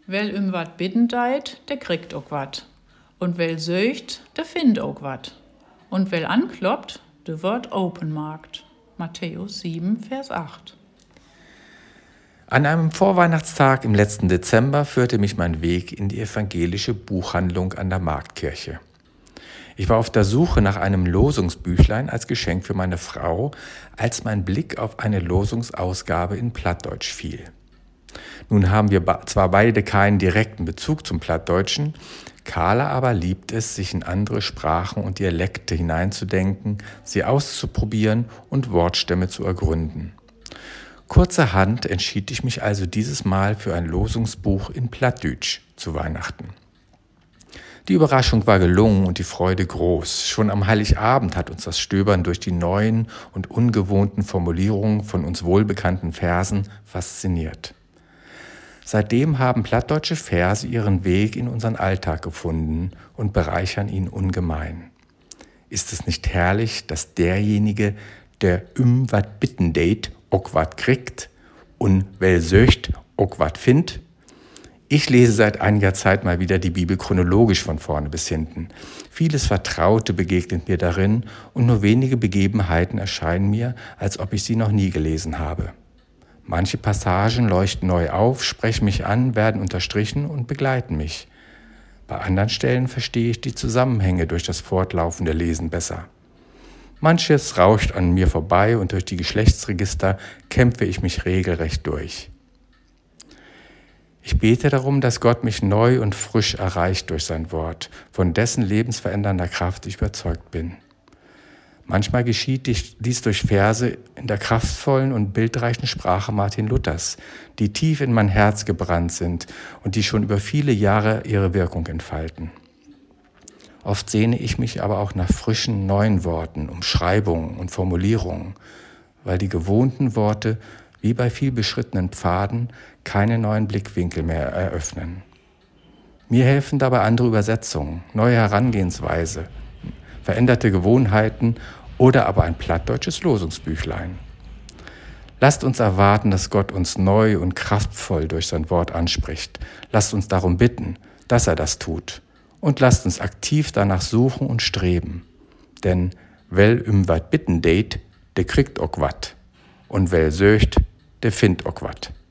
Wel wat bitten deit, der kriegt ook wat. Und wel söcht, der findt ook wat. Und wel ankloppt, der wird openmarkt. Matthäus 7, Vers 8. An einem Vorweihnachtstag im letzten Dezember führte mich mein Weg in die evangelische Buchhandlung an der Marktkirche. Ich war auf der Suche nach einem Losungsbüchlein als Geschenk für meine Frau, als mein Blick auf eine Losungsausgabe in Plattdeutsch fiel. Nun haben wir zwar beide keinen direkten Bezug zum Plattdeutschen, Carla aber liebt es, sich in andere Sprachen und Dialekte hineinzudenken, sie auszuprobieren und Wortstämme zu ergründen. Kurzerhand entschied ich mich also dieses Mal für ein Losungsbuch in Plattdütsch zu Weihnachten. Die Überraschung war gelungen und die Freude groß. Schon am Heiligabend hat uns das Stöbern durch die neuen und ungewohnten Formulierungen von uns wohlbekannten Versen fasziniert. Seitdem haben plattdeutsche Verse ihren Weg in unseren Alltag gefunden und bereichern ihn ungemein. Ist es nicht herrlich, dass derjenige, der wat bitten deit, ook wat kriegt und wel söcht, ook wat findt? Ich lese seit einiger Zeit mal wieder die Bibel chronologisch von vorne bis hinten. Vieles Vertraute begegnet mir darin und nur wenige Begebenheiten erscheinen mir, als ob ich sie noch nie gelesen habe. Manche Passagen leuchten neu auf, sprechen mich an, werden unterstrichen und begleiten mich. Bei anderen Stellen verstehe ich die Zusammenhänge durch das fortlaufende Lesen besser. Manches rauscht an mir vorbei und durch die Geschlechtsregister kämpfe ich mich regelrecht durch. Ich bete darum, dass Gott mich neu und frisch erreicht durch sein Wort, von dessen lebensverändernder Kraft ich überzeugt bin. Manchmal geschieht dies durch Verse in der kraftvollen und bildreichen Sprache Martin Luthers, die tief in mein Herz gebrannt sind und die schon über viele Jahre ihre Wirkung entfalten. Oft sehne ich mich aber auch nach frischen, neuen Worten, Umschreibungen und Formulierungen, weil die gewohnten Worte, wie bei viel beschrittenen Pfaden, keine neuen Blickwinkel mehr eröffnen. Mir helfen dabei andere Übersetzungen, neue Herangehensweise, veränderte Gewohnheiten oder aber ein plattdeutsches Losungsbüchlein. Lasst uns erwarten, dass Gott uns neu und kraftvoll durch sein Wort anspricht. Lasst uns darum bitten, dass er das tut. Und lasst uns aktiv danach suchen und streben. Denn wel wat bitten deit, der kriegt ook wat. Und wel söcht, der findt ook wat.